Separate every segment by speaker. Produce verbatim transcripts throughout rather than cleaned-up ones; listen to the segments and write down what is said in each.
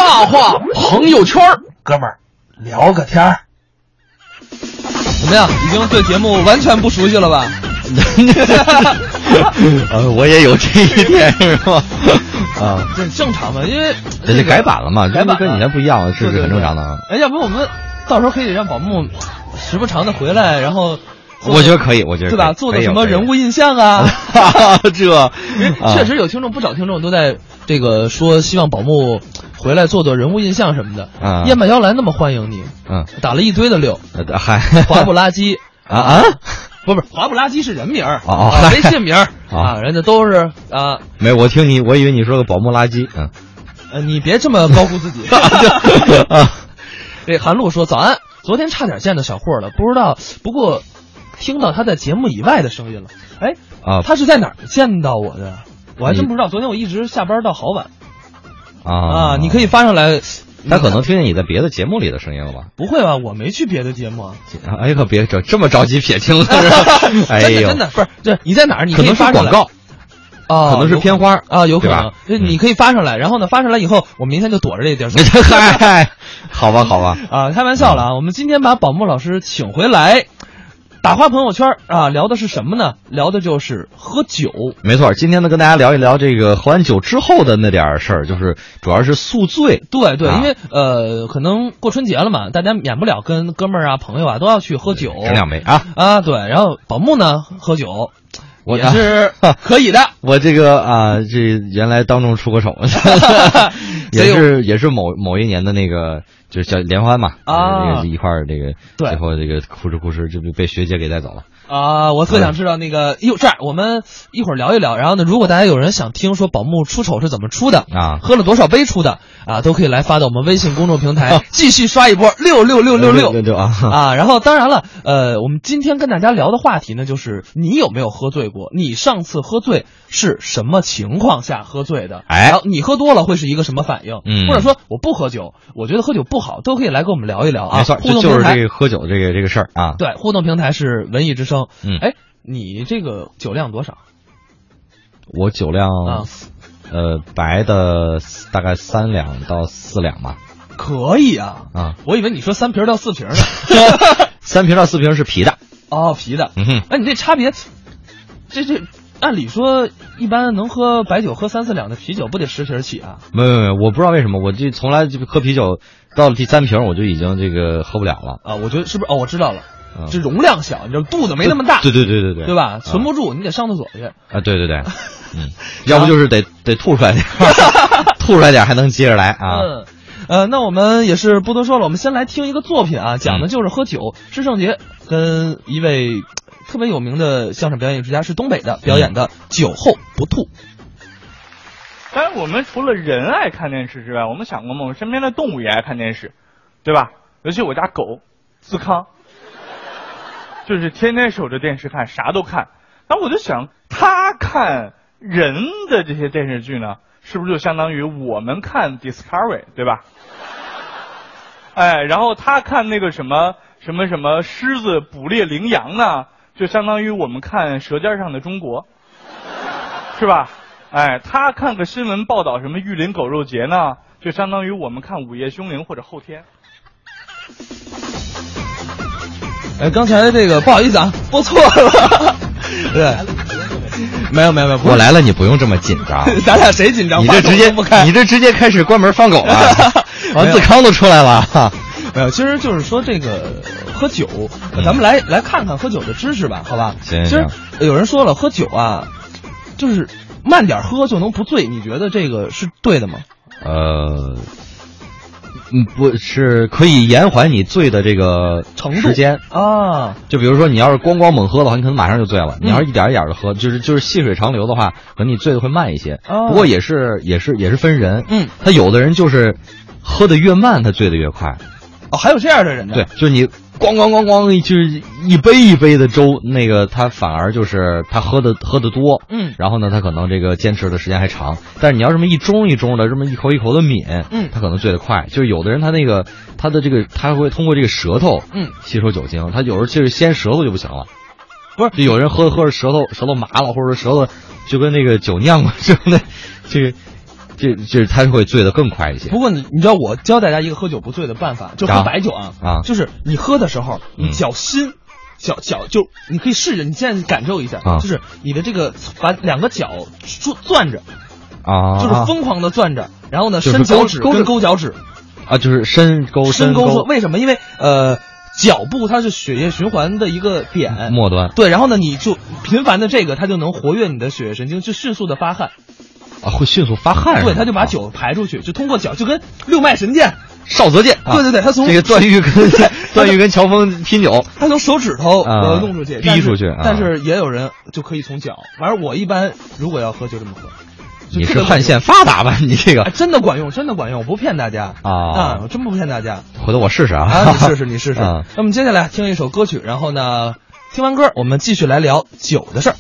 Speaker 1: 大话朋友圈，哥们儿聊个天儿。怎么样？已经对节目完全不熟悉了吧？
Speaker 2: 呃，我也有这一天，是吧？啊，
Speaker 1: 这正常嘛，因为
Speaker 2: 这就改版了嘛，
Speaker 1: 改版
Speaker 2: 跟以前不一样，是是很正常的。
Speaker 1: 哎，要不我们到时候可以让宝木时不常的回来，然后
Speaker 2: 我觉得可以，我觉得
Speaker 1: 对吧？做的什么人物印象啊？
Speaker 2: 这
Speaker 1: 确实有听众，不少听众都在这个说，希望宝木回来做做人物印象什么的。
Speaker 2: 啊，
Speaker 1: 燕麦摇篮那么欢迎你，
Speaker 2: 嗯，
Speaker 1: 打了一堆的六，
Speaker 2: 还
Speaker 1: 滑不拉几
Speaker 2: 啊啊！
Speaker 1: 不不，滑不拉几是人名儿
Speaker 2: 啊，
Speaker 1: 微信名儿啊，人家都是啊。
Speaker 2: 没，我听你，我以为你说个宝木垃圾，嗯，
Speaker 1: 呃，你别这么高估自己。
Speaker 2: 啊，
Speaker 1: 这韩露说早安，昨天差点见到小霍了，不知道，不过听到他在节目以外的声音了。哎
Speaker 2: 啊，
Speaker 1: 他是在哪儿见到我的？我还真不知道。昨天我一直下班到好晚。
Speaker 2: 啊
Speaker 1: 啊，你可以发上来。
Speaker 2: 他可能听见你在别的节目里的声音了吧？
Speaker 1: 不会吧，我没去别的节目啊！
Speaker 2: 哎，可别这这么着急撇清了，哎呦，
Speaker 1: 真的真的不是，这你在哪儿？你
Speaker 2: 可能是广告
Speaker 1: 啊，
Speaker 2: 可能是片花
Speaker 1: 啊，有可能。你可以发上来，然后呢，发上来以后，我明天就躲着这地儿。
Speaker 2: 嗨，好吧，好吧，
Speaker 1: 啊，开玩笑了啊！我们今天把宝木老师请回来。打话朋友圈啊，聊的是什么呢？聊的就是喝酒。
Speaker 2: 没错，今天呢跟大家聊一聊这个喝完酒之后的那点事儿，就是主要是宿醉。
Speaker 1: 对对，
Speaker 2: 啊、
Speaker 1: 因为呃，可能过春节了嘛，大家免不了跟哥们儿啊、朋友啊都要去喝酒，
Speaker 2: 整两杯啊
Speaker 1: 啊，对。然后宝木呢喝酒，
Speaker 2: 我
Speaker 1: 也是可以的。
Speaker 2: 我这个啊，这原来当众出过手，也是也是某某一年的那个。就是叫联欢嘛，
Speaker 1: 啊，
Speaker 2: 那个一块儿这个，
Speaker 1: 对，
Speaker 2: 最后这个哭哧哭哧就被学姐给带走了
Speaker 1: 啊！我特想知道那个，哟，这样我们一会儿聊一聊，然后呢，如果大家有人想听说宝木出丑是怎么出的
Speaker 2: 啊，
Speaker 1: 喝了多少杯出的啊，都可以来发到我们微信公众平台，继续刷一波六六六六六
Speaker 2: 六啊
Speaker 1: 啊！然后当然了，呃，我们今天跟大家聊的话题呢，就是你有没有喝醉过？你上次喝醉是什么情况下喝醉的？
Speaker 2: 哎，
Speaker 1: 然后你喝多了会是一个什么反应？
Speaker 2: 嗯，
Speaker 1: 或者说我不喝酒，我觉得喝酒不好，都可以来跟我们聊一聊啊。
Speaker 2: 没错，
Speaker 1: 互动
Speaker 2: 就是这个喝酒这个这个事儿啊。
Speaker 1: 对，互动平台是文艺之声。
Speaker 2: 嗯，
Speaker 1: 哎，你这个酒量多少？
Speaker 2: 我酒量
Speaker 1: 啊，
Speaker 2: 呃，白的大概三两到四两吧。
Speaker 1: 可以啊
Speaker 2: 啊，
Speaker 1: 我以为你说三瓶到四瓶呢。
Speaker 2: 三瓶到四瓶是啤的。
Speaker 1: 哦，啤的。
Speaker 2: 嗯哼，
Speaker 1: 哎，你这差别，这这。按理说，一般能喝白酒喝三四两的啤酒，不得十瓶起啊？
Speaker 2: 没有没有，我不知道为什么，我就从来就喝啤酒，到了第三瓶我就已经这个喝不了了
Speaker 1: 啊！我觉得是不是？哦，我知道了，嗯、这容量小，你知道肚子没那么大。
Speaker 2: 对对对对对，
Speaker 1: 对吧？存不住，你得上厕所去。
Speaker 2: 啊，对对对，嗯，要不就是得得吐出来点，吐出来点还能接着来啊。
Speaker 1: 嗯，呃，那我们也是不多说了，我们先来听一个作品啊，讲的就是喝酒。施圣杰跟一位特别有名的相声表演艺术家是东北的表演的《酒后不吐》。
Speaker 3: 当然，我们除了人爱看电视之外，我们想过吗？我们身边的动物也爱看电视，对吧？尤其我家狗思康，就是天天守着电视看，啥都看。然后我就想，他看人的这些电视剧呢，是不是就相当于我们看 Discovery， 对吧？哎，然后他看那个什么什么什么狮子捕猎羚羊呢，就相当于我们看《舌尖上的中国》，是吧？哎，他看个新闻报道什么玉林狗肉节呢，就相当于我们看《午夜凶铃》或者《后天》。
Speaker 1: 哎，刚才这个不好意思啊，播错了。对，没有没有没有，
Speaker 2: 我来了，你不用这么紧张。
Speaker 1: 咱俩谁紧张？
Speaker 2: 你这直接
Speaker 1: 不开，
Speaker 2: 你这直接开始关门放狗了。王自康都出来了。
Speaker 1: 没有，其实就是说这个喝酒，咱们来来看看喝酒的知识吧，好吧？
Speaker 2: 行。
Speaker 1: 其实有人说了，喝酒啊，就是慢点喝就能不醉，你觉得这个是对的吗？
Speaker 2: 呃，嗯，不是，可以延缓你醉的这个时间
Speaker 1: 啊。
Speaker 2: 就比如说，你要是咣咣猛喝的话，你可能马上就醉了；你要是一点一点的喝，就是就是细水长流的话，可能你醉的会慢一些。
Speaker 1: 啊、
Speaker 2: 不过也是也是也是分人，
Speaker 1: 嗯，
Speaker 2: 他有的人就是喝的越慢，他醉的越快。
Speaker 1: 哦，还有这样的人呢？
Speaker 2: 对，就是你咣咣咣咣，就是一杯一杯的粥，那个他反而就是他喝的喝的多，
Speaker 1: 嗯，
Speaker 2: 然后呢，他可能这个坚持的时间还长。但是你要这么一盅一盅的，这么一口一口的抿，
Speaker 1: 嗯，
Speaker 2: 他可能醉得快。就是有的人他那个他的这个他会通过这个舌头，
Speaker 1: 嗯，
Speaker 2: 吸收酒精。他有时候就是先舌头就不行了，
Speaker 1: 不是？
Speaker 2: 就有人喝着喝着舌头舌头麻了，或者舌头就跟那个酒酿过似的，这个。 这这他会醉得更快一些。
Speaker 1: 不过你你知道我教大家一个喝酒不醉的办法，就喝白酒啊，
Speaker 2: 啊，
Speaker 1: 就是你喝的时候，你脚心。嗯脚脚就你可以试着，你现在感受一下，啊、就是你的这个把两个脚攥着，
Speaker 2: 啊，
Speaker 1: 就是疯狂的攥着，然后呢伸脚趾跟勾脚趾，
Speaker 2: 啊，就是伸勾
Speaker 1: 伸
Speaker 2: 勾。
Speaker 1: 勾为什么？因为呃脚部它是血液循环的一个点
Speaker 2: 末端，
Speaker 1: 对，然后呢你就频繁的这个，它就能活跃你的血液神经，就迅速的发汗。
Speaker 2: 啊，会迅速发汗。
Speaker 1: 对，它就把酒排出去，就通过脚，就跟六脉神剑。
Speaker 2: 少泽剑，
Speaker 1: 啊、对对对，他从
Speaker 2: 这个段誉跟段誉跟乔峰拼酒，
Speaker 1: 他从手指头呃弄出去，
Speaker 2: 逼出去，
Speaker 1: 但是也有人就可以从脚。反正我一般如果要喝就这么喝。
Speaker 2: 你是汗腺发达吧？你这个、
Speaker 1: 哎、真的管用，真的管用，我不骗大家
Speaker 2: 啊
Speaker 1: 啊，我真不骗大家。
Speaker 2: 回头我试试啊！
Speaker 1: 啊，你试试，你试试。
Speaker 2: 啊、
Speaker 1: 那么接下来听一首歌曲，然后呢，听完歌我们继续来聊酒的事儿。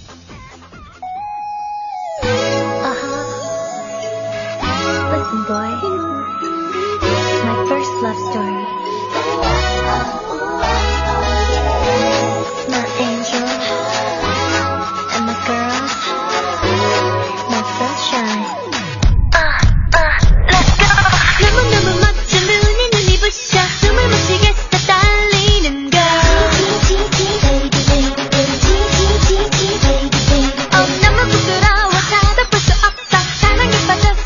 Speaker 4: Listen, boy, my first love story. My angel and my girl, my sunshine. Uh, uh, let's go. 너무 너무 멋져 눈이 눈이 부셔 숨을 못 쉬겠어 떨리는 걸. Oh, 너무 부끄러워 찾아볼 수 없어 사랑에 빠졌어.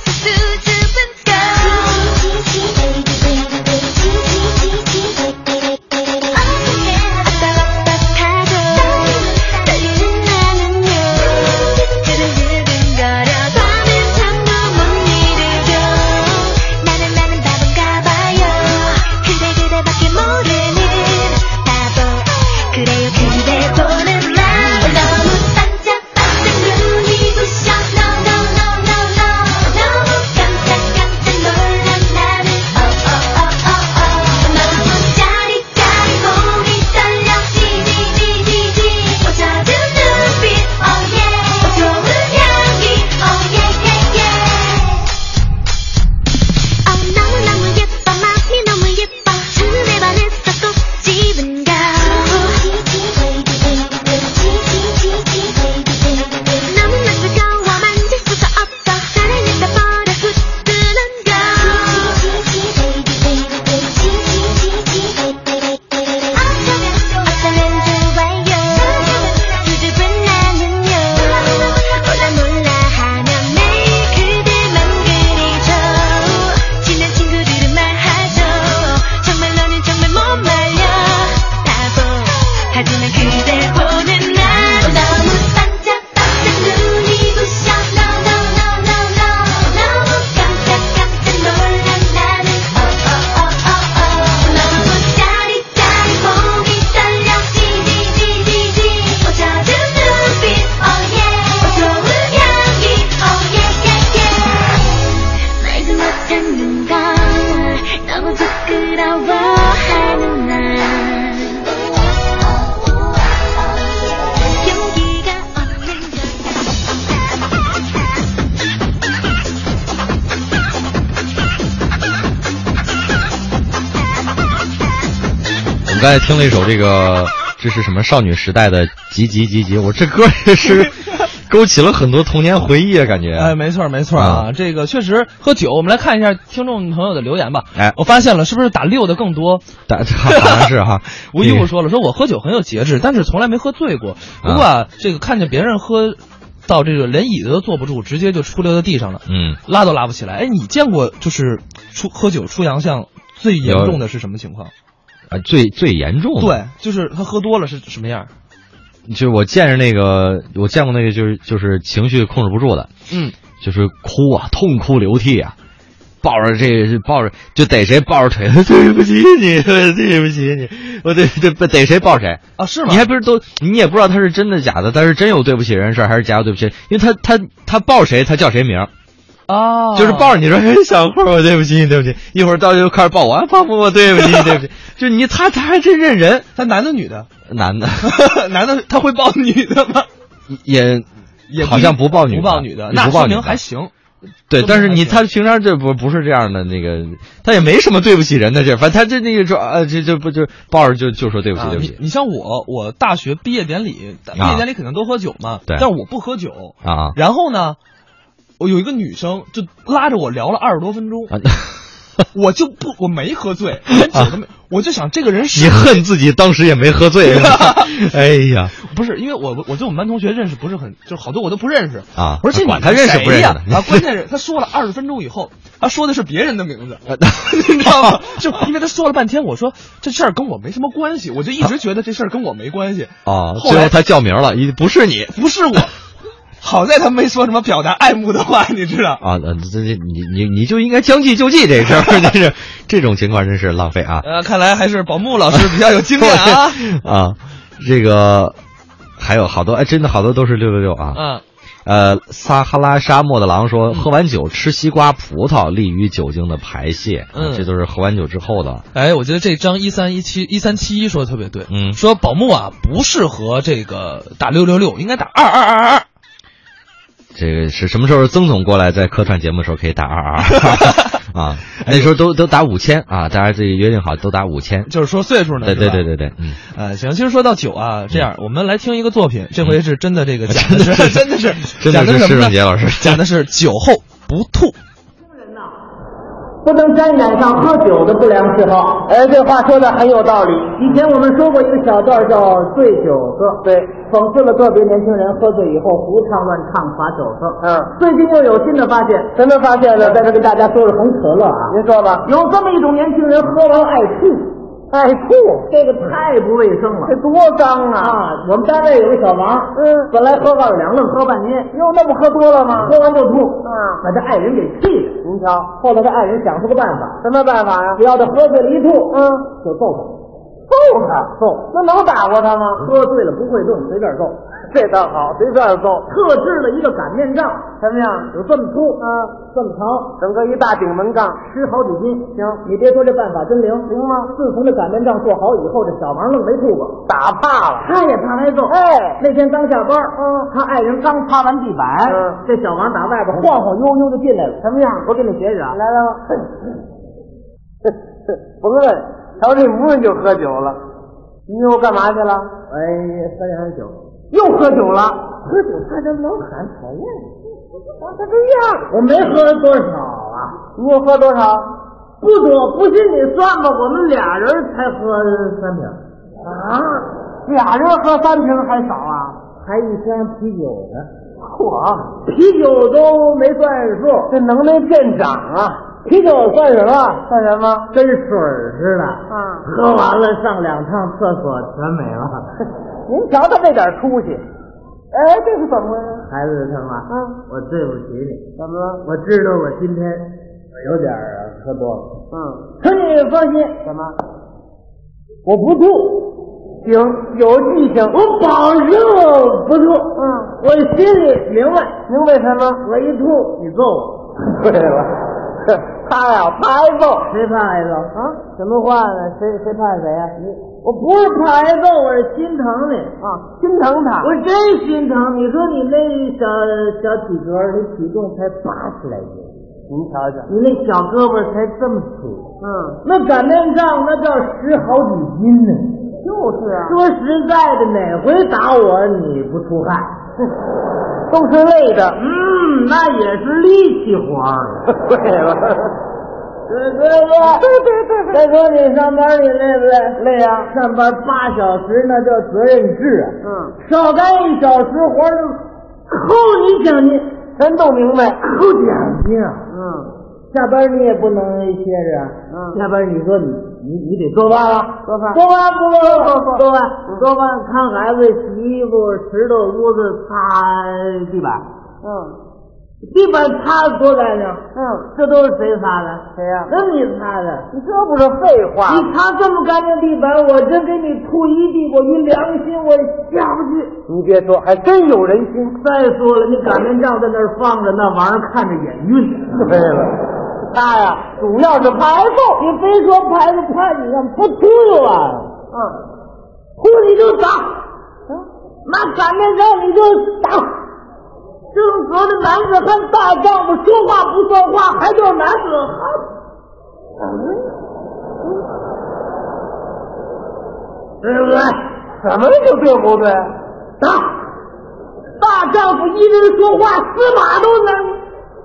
Speaker 4: 부끄러워하는 날 용기가 없는
Speaker 2: 我们刚才听了一首这个，这是什么少女时代的急急急急，我这歌也是勾起了很多童年回忆啊，感觉。
Speaker 1: 哎，没错没错啊、嗯，这个确实喝酒。我们来看一下听众朋友的留言吧。
Speaker 2: 哎，
Speaker 1: 我发现了，是不是打六的更多？
Speaker 2: 打好像是哈。
Speaker 1: 吴一武说了，说我喝酒很有节制，但是从来没喝醉过。不过啊，啊这个看见别人喝到这个连椅子都坐不住，直接就出溜在地上了，嗯，拉都拉不起来。哎，你见过就是出喝酒出洋相最严重的是什么情况？
Speaker 2: 啊，最最严重的，
Speaker 1: 对，就是他喝多了是什么样？
Speaker 2: 就是我见着那个，我见过那个，就是就是情绪控制不住的，
Speaker 1: 嗯，
Speaker 2: 就是哭啊，痛哭流涕啊，抱着这个抱着就逮谁抱着腿，对不起你，对不起你，我对对逮谁抱谁
Speaker 1: 啊？是吗？
Speaker 2: 你还不是都你也不知道他是真的假的，他是真有对不起人事还是假有对不起人，因为他他他抱谁他叫谁名。
Speaker 1: 哦，
Speaker 2: 就是抱着你说，哎，小慧，我对不起你，对不起。一会儿到就开始抱我，啊，抱抱我，对不起，对不起。就是你，他他还真认人，
Speaker 1: 他男的女的？
Speaker 2: 男的，
Speaker 1: 男的他会抱女的吗？
Speaker 2: 也
Speaker 1: 也
Speaker 2: 好像不抱女的，
Speaker 1: 不抱女的，那说明还行。
Speaker 2: 对，但是你他平常这不不是这样的，那个他也没什么对不起人的这，反正他这那个说啊，这这不就抱着就就说对不起，对不起。
Speaker 1: 你像我，我大学毕业典礼，毕业典礼肯定都喝酒嘛，
Speaker 2: 对，
Speaker 1: 但是我不喝酒
Speaker 2: 啊。
Speaker 1: 然后呢？ 我有一个女生就拉着我聊了二十多分钟。啊我就不，我没喝醉，连酒都没，我就想这个人是
Speaker 2: 你恨自己当时也没喝醉。哎呀，
Speaker 1: 不是，因为我我对我们班同学认识不是很，就好多我都不认识
Speaker 2: 啊。
Speaker 1: 而且
Speaker 2: 管他认识不认识的，
Speaker 1: 啊，关键是他说了二十分钟以后，他说的是别人的名字，你知道吗？就因为他说了半天，我说这事儿跟我没什么关系，我就一直觉得这事儿跟我没关系
Speaker 2: 啊。最后他叫名了，不是你，
Speaker 1: 不是我。好在他没说什么表达爱慕的话，你知道
Speaker 2: 啊？这这你你你就应该将计就计这事儿，真是这种情况真是浪费啊！
Speaker 1: 呃，看来还是宝木老师比较有经验啊
Speaker 2: 啊！这个还有好多哎，真的好多都是六六六啊！
Speaker 1: 嗯，
Speaker 2: 呃，撒哈拉沙漠的狼说，嗯、喝完酒吃西瓜、葡萄利于酒精的排泄，
Speaker 1: 嗯，
Speaker 2: 这都是喝完酒之后的。
Speaker 1: 哎，我觉得这张一三一七一三七一说的特别对，
Speaker 2: 嗯，
Speaker 1: 说宝木啊不适合这个打六六六，应该打二二二二。
Speaker 2: 这个是什么时候曾总过来在客串节目的时候可以打二二啊？那时候都都打五千啊，大家这约定好都打五千，
Speaker 1: 就是说岁数呢。
Speaker 2: 对对对对对，嗯，
Speaker 1: 呃，行，其实说到酒啊，这样、嗯、我们来听一个作品，这回是真的，这个讲的是真的是
Speaker 2: 真的是施正杰老师
Speaker 1: 讲的是酒后不吐。
Speaker 5: 不能沾染上喝酒的不良嗜好。哎，这话说的很有道理。以前我们说过一个小段叫《醉酒歌》，对，讽刺了个别年轻人喝醉以后胡唱乱唱、耍酒色。嗯，最近又有新的发现，什么发现呢？在这跟大家说的很可乐啊。您说吧，有这么一种年轻人，喝完爱吐。爱吐，这个太不卫生了，这多脏啊！啊，我们单位有个小王，嗯，本来喝二两，愣喝半天，哟，那不喝多了吗？喝完就吐，啊，把他爱人给气了。您瞧，后来他爱人想出个办法，什么办法呀？只要他喝醉了一吐，嗯，就揍他，揍他，揍，那能打过他吗？喝醉了不会动，随便揍。这倒好，随便揍。特制了一个擀面杖，什么样？有这么粗，啊，这么长，整个一大顶门杠，十好几斤。行，你别说这办法真灵，灵吗？自从这擀面杖做好以后，这小王愣没吐过，打怕了，他也怕挨揍。哎，那天刚下班，嗯，他爱人刚擦完地板，嗯，这小王打外边晃晃悠悠就进来了。什么样？我给你学学啊。来来吧。甭问，瞧这模样就喝酒了。你又干嘛去了？哎，喝两酒。又喝酒了，喝酒他这能喊讨厌，他这样，我没喝多少啊？你又喝多少？不多，不信你算吧，我们俩人才喝三瓶啊，俩人喝三瓶还少啊？还一箱啤酒呢。嚯，啤酒都没算数，这能耐见长啊！啤酒算什么？算什么？跟水似的啊！喝完了上两趟厕所全没了。您瞧他这点出息，哎，这是怎么回事？孩子他妈，嗯，我对不起你。怎么了？我知道我今天有点喝多了。嗯，可你放心，怎么？我不吐。行，有记性，我保证我不吐。嗯，我心里明白，明白什么？我一吐，你揍我。对了。他呀，怕挨揍。谁怕挨揍啊？什么话呢？谁谁怕谁呀、啊？你我不是怕挨揍，我是心疼你啊，心疼他。我真心疼。你说你那小小体格，你体重才八十来斤，您瞧瞧，你那小胳膊才这么粗，嗯，那擀面杖那叫十好几斤呢。就是啊。说实在的，哪回打我你不出汗？都是累的，嗯，那也是力气活儿。对了，对对对，对对对。再说你上班你累不累？累啊！上班八小时那叫责任制啊。嗯。少干一小时活就扣你奖金，全都明白。扣奖金啊。嗯。下班你也不能歇着啊。嗯。下班你说你你你得做饭了，做饭，做饭不做做做饭，做饭看孩子，洗衣服，拾掇屋子，擦地板。嗯，地板擦的多干净。嗯，这都是谁擦的？谁呀、啊？那你擦的。你这不是废话？你擦这么干净地板，我真给你吐一地，我一良心我下不去。你别说，还真有人心。再说了，你擀面杖在那儿放着，那玩意儿看着眼晕。对了。他呀，主要是怕挨揍。你非说排子怕你让不吐就完了。嗯，吐你就打，嗯，拿擀面杖你就打。正格的男子汉大丈夫，说话不算话，还叫男子汉。嗯，对不对？什么就对不对？打！大丈夫一人说话，司马都能。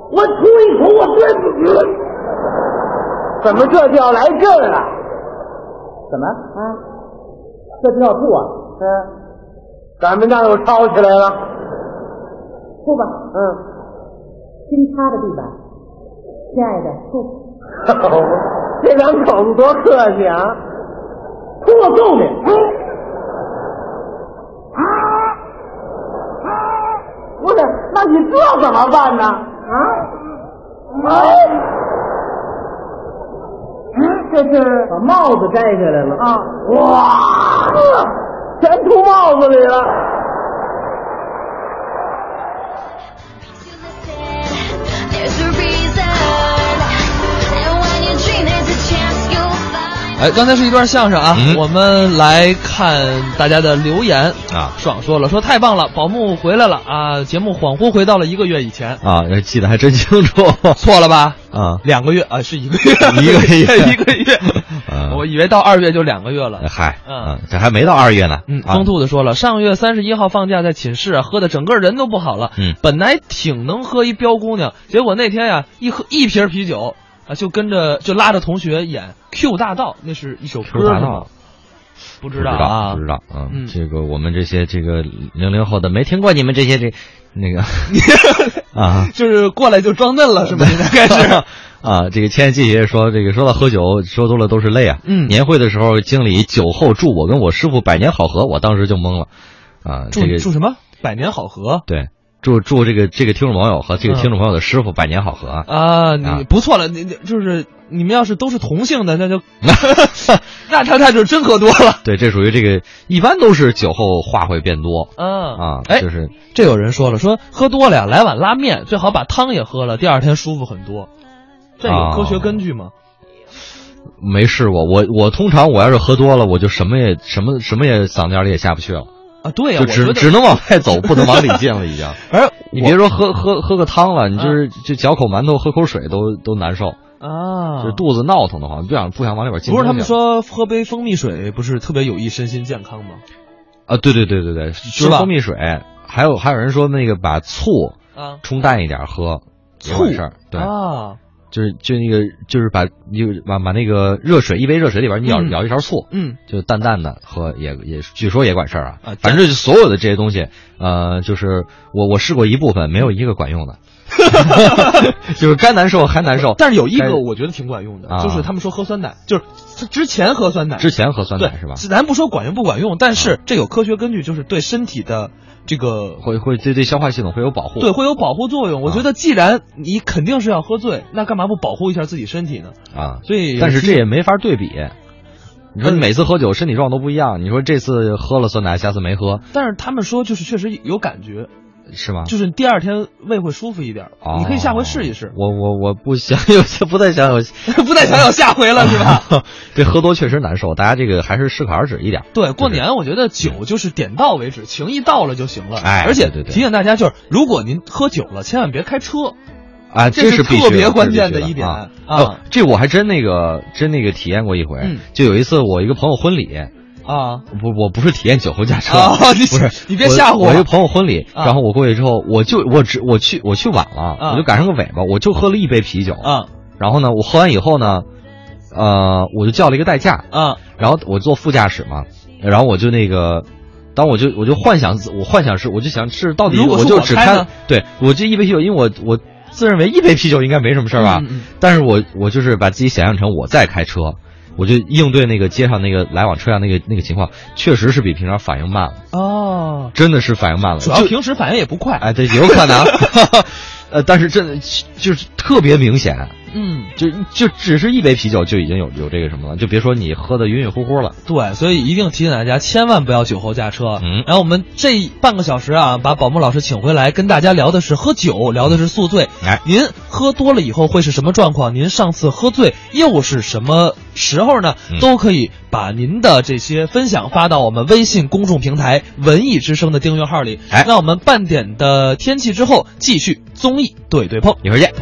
Speaker 5: 我吐一口，我对不起。怎么这就要来劲儿了？怎么啊？这就要吐啊？嗯，咱们这儿又吵起来了。吐吧，嗯，新擦的地板，亲爱的，吐。这两口子多客气啊！吐我揍你！啊啊！不是，那你这怎么办呢？啊？哎！这是把帽子摘下来了啊！哇，全吐帽子里了。
Speaker 1: 哎，刚才是一段相声啊，
Speaker 2: 嗯、
Speaker 1: 我们来看大家的留言
Speaker 2: 啊。
Speaker 1: 爽说了，说太棒了，宝木回来了啊！节目恍惚回到了一个月以前
Speaker 2: 啊，记得还真清楚。
Speaker 1: 错了吧？
Speaker 2: 啊，
Speaker 1: 两个月啊，是一个月，
Speaker 2: 一个月，
Speaker 1: 一个月。啊、我以为到二月就两个月了。
Speaker 2: 嗨，
Speaker 1: 嗯、
Speaker 2: 啊，这还没到二月呢。
Speaker 1: 嗯，疯兔子说了，上个月三十一号放假，在寝室啊，喝的整个人都不好了。
Speaker 2: 嗯，
Speaker 1: 本来挺能喝一彪姑娘，结果那天呀、啊，一喝一瓶啤酒。啊，就跟着就拉着同学演 Q 大道，那是一首歌
Speaker 2: Q 大道，
Speaker 1: 不知道啊，
Speaker 2: 不知道，嗯，嗯这个我们这些这个零零后的没听过你们这些这那个啊，
Speaker 1: 就是过来就装嫩了是吧？应该是
Speaker 2: 啊，这个千季爷爷说，这个说到喝酒，说多了都是泪啊。
Speaker 1: 嗯，
Speaker 2: 年会的时候，经理酒后祝我跟我师傅百年好合，我当时就懵了啊。
Speaker 1: 祝、
Speaker 2: 这个、
Speaker 1: 祝什么？百年好合？
Speaker 2: 对。祝祝这个这个听众朋友和这个听众朋友的师傅百年好合啊！
Speaker 1: 啊，你不错了，你就是你们要是都是同性的，那就那他他就真喝多了。
Speaker 2: 对，这属于这个一般都是酒后话会变多。
Speaker 1: 嗯
Speaker 2: 啊，
Speaker 1: 哎，
Speaker 2: 就是
Speaker 1: 这有人说了，说喝多了呀，来碗拉面，最好把汤也喝了，第二天舒服很多。这有科学根据吗？
Speaker 2: 啊、没试过，我我通常我要是喝多了，我就什么也什么什么也嗓子眼里也下不去了。
Speaker 1: 啊，对呀、
Speaker 2: 啊，就只只能往外走，不能往里进了，已经。
Speaker 1: 而
Speaker 2: 你别说喝喝喝个汤了，你就是就嚼口馒头、喝口水都都难受
Speaker 1: 啊，
Speaker 2: 就肚子闹腾的慌，不想不想往里边进。
Speaker 1: 不是他们说喝杯蜂蜜水不是特别有益身心健康吗？
Speaker 2: 啊，对对对对对，就是蜂蜜水，还有还有人说那个把醋
Speaker 1: 啊
Speaker 2: 冲淡一点喝，
Speaker 1: 醋
Speaker 2: 事儿，对
Speaker 1: 啊。
Speaker 2: 就是就那个就是把你把把那个热水一杯热水里边你舀舀一勺醋，
Speaker 1: 嗯，
Speaker 2: 就淡淡的喝也也据说也管事儿啊，
Speaker 1: 啊，
Speaker 2: 反正就所有的这些东西，呃，就是我我试过一部分，没有一个管用的，就是该难受还难受。
Speaker 1: 但是有一个我觉得挺管用的，
Speaker 2: 啊、
Speaker 1: 就是他们说喝酸奶，就是之前喝酸奶，
Speaker 2: 之前喝酸奶是吧？
Speaker 1: 咱不说管用不管用，但是这有科学根据，就是对身体的。这个
Speaker 2: 会会对对消化系统会有保护，
Speaker 1: 对，会有保护作用。我觉得既然你肯定是要喝醉，那干嘛不保护一下自己身体呢？
Speaker 2: 啊，
Speaker 1: 所以
Speaker 2: 但是这也没法对比。你说你每次喝酒身体状况都不一样，你说这次喝了酸奶，下次没喝，
Speaker 1: 但是他们说就是确实有感觉。
Speaker 2: 是吗？
Speaker 1: 就是第二天胃会舒服一点，
Speaker 2: 哦、
Speaker 1: 你可以下回试一试。
Speaker 2: 我我我不想有，不再想有，
Speaker 1: 不再想有下回了，是吧？
Speaker 2: 这喝多确实难受，大家这个还是适可而止一点。
Speaker 1: 对，过年我觉得酒就是点到为止，情谊到了就行了。
Speaker 2: 哎，
Speaker 1: 而且
Speaker 2: 对对对
Speaker 1: 提醒大家，就是如果您喝酒了，千万别开车。
Speaker 2: 啊，
Speaker 1: 这
Speaker 2: 是
Speaker 1: 特别关键的一点
Speaker 2: 啊！哦，这我还真那个真那个体验过一回，
Speaker 1: 嗯、
Speaker 2: 就有一次我一个朋友婚礼。
Speaker 1: 啊，
Speaker 2: 不，我不是体验酒后驾车，
Speaker 1: 啊、你
Speaker 2: 不是，
Speaker 1: 你别吓唬我。
Speaker 2: 我一个朋友婚礼，
Speaker 1: 啊、
Speaker 2: 然后我过去之后，我就我只我去我去晚了，
Speaker 1: 啊、
Speaker 2: 我就赶上个尾巴，我就喝了一杯啤酒
Speaker 1: 啊。
Speaker 2: 然后呢，我喝完以后呢，呃，我就叫了一个代驾
Speaker 1: 啊。
Speaker 2: 然后我坐副驾驶嘛，然后我就那个，当我就我就幻想我幻想是我就想是到底
Speaker 1: 我
Speaker 2: 就只
Speaker 1: 开
Speaker 2: 对我这一杯啤酒，因为我我自认为一杯啤酒应该没什么事儿吧，
Speaker 1: 嗯嗯
Speaker 2: 但是我我就是把自己想象成我在开车。我就应对那个街上那个来往车辆那个那个情况，确实是比平常反应慢了
Speaker 1: 哦，
Speaker 2: 真的是反应慢了。
Speaker 1: 主要平时反应也不快，
Speaker 2: 哎，对，有可能。呃，但是真的就是特别明显，
Speaker 1: 嗯，
Speaker 2: 就就只是一杯啤酒就已经有有这个什么了，就别说你喝的晕晕乎乎了。
Speaker 1: 对，所以一定提醒大家，千万不要酒后驾车。
Speaker 2: 嗯，
Speaker 1: 然后我们这半个小时啊，把宝木老师请回来，跟大家聊的是喝酒，聊的是宿醉。
Speaker 2: 哎，
Speaker 1: 您喝多了以后会是什么状况？您上次喝醉又是什么时候呢？
Speaker 2: 嗯、
Speaker 1: 都可以把您的这些分享发到我们微信公众平台“文艺之声”的订阅号里。
Speaker 2: 哎，
Speaker 1: 那我们半点的天气之后继续综艺对对碰，
Speaker 2: 一会儿见。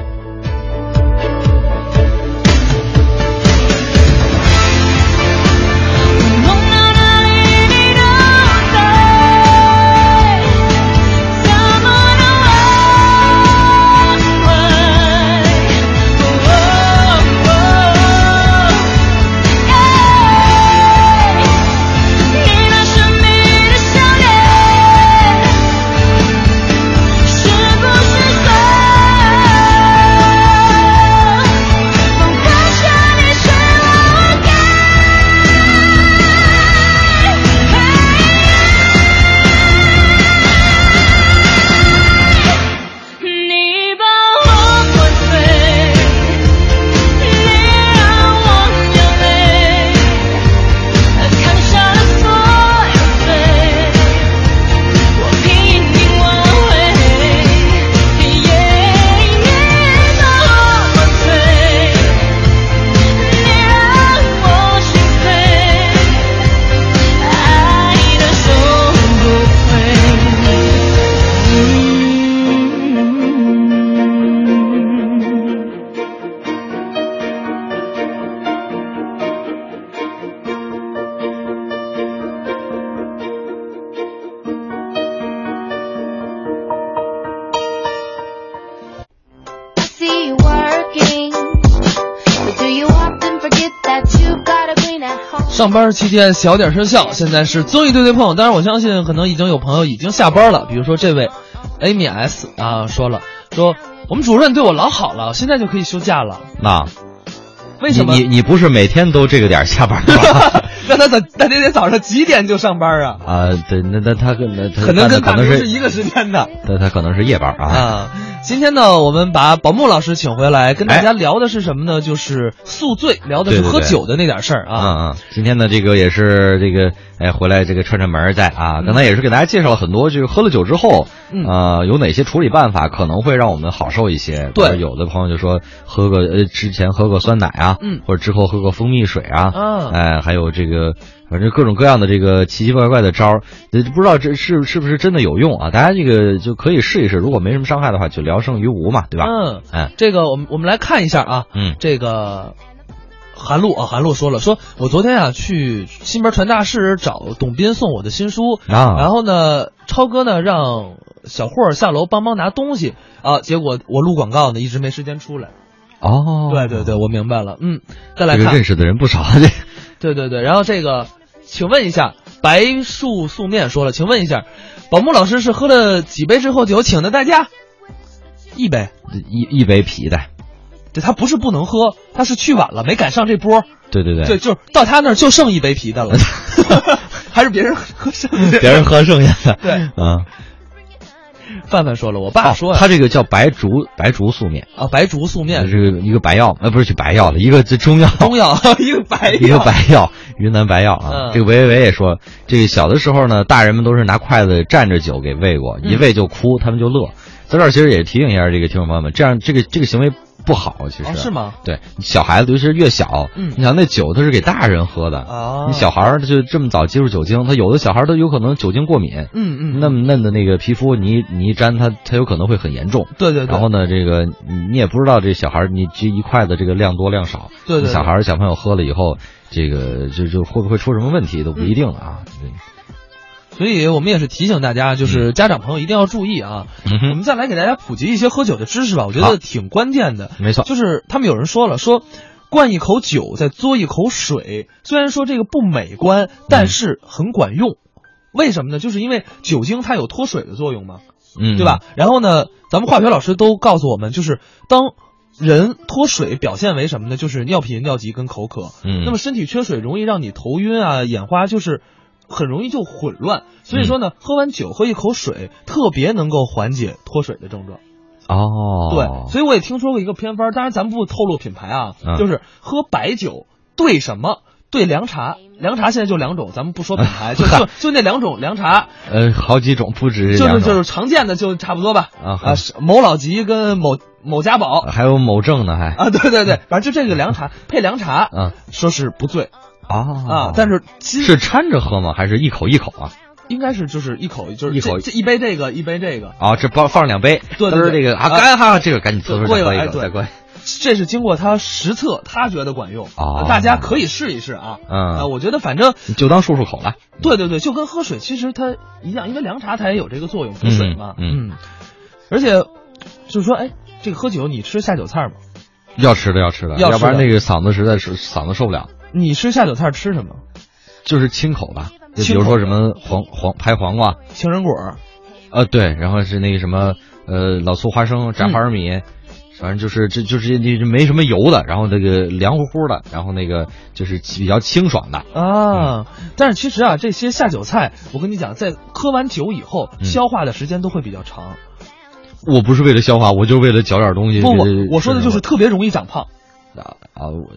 Speaker 1: 上班期间小点声笑，现在是综艺对对碰。当然我相信可能已经有朋友已经下班了，比如说这位 Amy S 啊说了，说我们主任对我老好了，现在就可以休假了。
Speaker 2: 那
Speaker 1: 为什么
Speaker 2: 你你你不是每天都这个点下班吗？
Speaker 1: 那他早那得得早上几点就上班啊？
Speaker 2: 啊，对，那那他跟那他
Speaker 1: 可能跟
Speaker 2: 可能是
Speaker 1: 是一个时间的，
Speaker 2: 他他可能是夜班啊。
Speaker 1: 啊，今天呢，我们把宝木老师请回来，跟大家聊的是什么呢？就是宿醉，聊的是喝酒的那点事儿啊。
Speaker 2: 嗯嗯，今天呢，这个也是这个哎回来这个串串门在啊，刚才也是给大家介绍了很多，就是喝了酒之后，
Speaker 1: 嗯
Speaker 2: 呃，有哪些处理办法可能会让我们好受一些。
Speaker 1: 对，
Speaker 2: 有的朋友就说喝个呃之前喝个酸奶啊，
Speaker 1: 嗯，
Speaker 2: 或者之后喝个蜂蜜水啊，
Speaker 1: 啊，
Speaker 2: 哎，还有这个。反正各种各样的这个奇奇怪怪的招儿，不知道这是是不是真的有用啊？大家这个就可以试一试，如果没什么伤害的话，就聊胜于无嘛，对吧？
Speaker 1: 嗯，
Speaker 2: 哎，
Speaker 1: 这个我们我们来看一下啊，
Speaker 2: 嗯，
Speaker 1: 这个韩露啊，韩露说了，说我昨天啊去新门传达室找董斌送我的新书
Speaker 2: 啊，
Speaker 1: 然后呢，超哥呢让小霍下楼帮忙拿东西啊，结果我录广告呢一直没时间出来。
Speaker 2: 哦，
Speaker 1: 对对对，我明白了。嗯，再来看，
Speaker 2: 这个认识的人不少，这。
Speaker 1: 对对对，然后这个，请问一下，白树素面说了，请问一下，宝木老师是喝了几杯之后酒请的大家？一杯，
Speaker 2: 一一杯啤的。
Speaker 1: 对，他不是不能喝，他是去晚了，没赶上这波。
Speaker 2: 对对对，
Speaker 1: 对，就是到他那儿就剩一杯啤的了，还是别人喝剩的，
Speaker 2: 别人喝剩下的。
Speaker 1: 对，
Speaker 2: 嗯。
Speaker 1: 范范说了，我爸说、
Speaker 2: 啊哦、他这个叫白术白术素面
Speaker 1: 啊，白术素面
Speaker 2: 这个一个白药，呃，不是去白药了，一个这中药，
Speaker 1: 中药一个白药，
Speaker 2: 一个白药，云南白药啊。
Speaker 1: 嗯、
Speaker 2: 这个维维维也说，这个小的时候呢，大人们都是拿筷子蘸着酒给喂过，一喂就哭，嗯、他们就乐。在这儿其实也提醒一下这个听众朋友们，这样这个这个行为不好，其实、
Speaker 1: 哦、是吗？
Speaker 2: 对，小孩子尤其是越小，
Speaker 1: 嗯，
Speaker 2: 你想那酒他是给大人喝的
Speaker 1: 啊，
Speaker 2: 你小孩儿就这么早接触酒精，他有的小孩儿他有可能酒精过敏，
Speaker 1: 嗯嗯，
Speaker 2: 那么嫩的那个皮肤你你一沾他他有可能会很严重，
Speaker 1: 对对对。
Speaker 2: 然后呢，这个你你也不知道这小孩儿你这一筷子这个量多量少，
Speaker 1: 对 对, 对，
Speaker 2: 小孩儿小朋友喝了以后，这个就就会不会出什么问题都不一定了啊。
Speaker 1: 嗯所以我们也是提醒大家，就是家长朋友一定要注意啊。
Speaker 2: 嗯、
Speaker 1: 我们再来给大家普及一些喝酒的知识吧，我觉得挺关键的。
Speaker 2: 没错，
Speaker 1: 就是他们有人说了，说灌一口酒再嘬一口水，虽然说这个不美观，但是很管用。嗯、为什么呢？就是因为酒精它有脱水的作用嘛，
Speaker 2: 嗯，
Speaker 1: 对吧？然后呢，咱们化学老师都告诉我们，就是当人脱水表现为什么呢？就是尿频、尿急跟口渴。
Speaker 2: 嗯，
Speaker 1: 那么身体缺水容易让你头晕啊、眼花，就是很容易就混乱。所以说呢，嗯、喝完酒喝一口水，特别能够缓解脱水的症状。
Speaker 2: 哦，
Speaker 1: 对，所以我也听说过一个偏方，当然咱们不透露品牌啊，
Speaker 2: 嗯、
Speaker 1: 就是喝白酒兑什么？兑凉茶，凉茶现在就两种，咱们不说品牌，就就就那两种凉茶。
Speaker 2: 呃，好几种，不止
Speaker 1: 就是就是常见的，就差不多吧。
Speaker 2: 啊
Speaker 1: 啊，某老吉跟某某家宝，
Speaker 2: 还有某正呢，还
Speaker 1: 啊，对对对，反正就这个凉茶配凉茶，
Speaker 2: 嗯，
Speaker 1: 说是不醉
Speaker 2: 啊
Speaker 1: 啊，但是其实
Speaker 2: 是掺着喝吗？还是一口一口啊？
Speaker 1: 应该是就是一口，就是
Speaker 2: 一口
Speaker 1: 这一杯这个，一杯这个
Speaker 2: 啊，这放放上两杯，
Speaker 1: 对对对，
Speaker 2: 这个啊，干哈，这个赶紧凑出
Speaker 1: 过
Speaker 2: 一个，再过。
Speaker 1: 这是经过他实测，他觉得管用
Speaker 2: 啊，
Speaker 1: 大家可以试一试啊。
Speaker 2: 嗯，
Speaker 1: 啊，我觉得反正
Speaker 2: 就当漱漱口了。
Speaker 1: 对对对，就跟喝水其实它一样，因为凉茶它也有这个作用，补水嘛。
Speaker 2: 嗯，
Speaker 1: 嗯而且就是说，哎，这个喝酒你吃下酒菜吗？
Speaker 2: 要吃的，要吃的，
Speaker 1: 要
Speaker 2: 要不然那个嗓子实在是嗓子受不了。
Speaker 1: 你吃下酒菜吃什么？
Speaker 2: 就是清口吧，就比如说什么黄黄拍黄瓜、
Speaker 1: 杏仁果，
Speaker 2: 呃，对，然后是那个什么呃老醋花生、炸花生米。嗯反正就是这就是你没什么油的，然后这个凉乎乎的，然后那个就是比较清爽的
Speaker 1: 啊。嗯、但是其实啊，这些下酒菜，我跟你讲，在喝完酒以后，嗯、消化的时间都会比较长。
Speaker 2: 我不是为了消化，我就为了嚼点东西。
Speaker 1: 不不，我说的就是特别容易长胖。
Speaker 2: 啊啊！我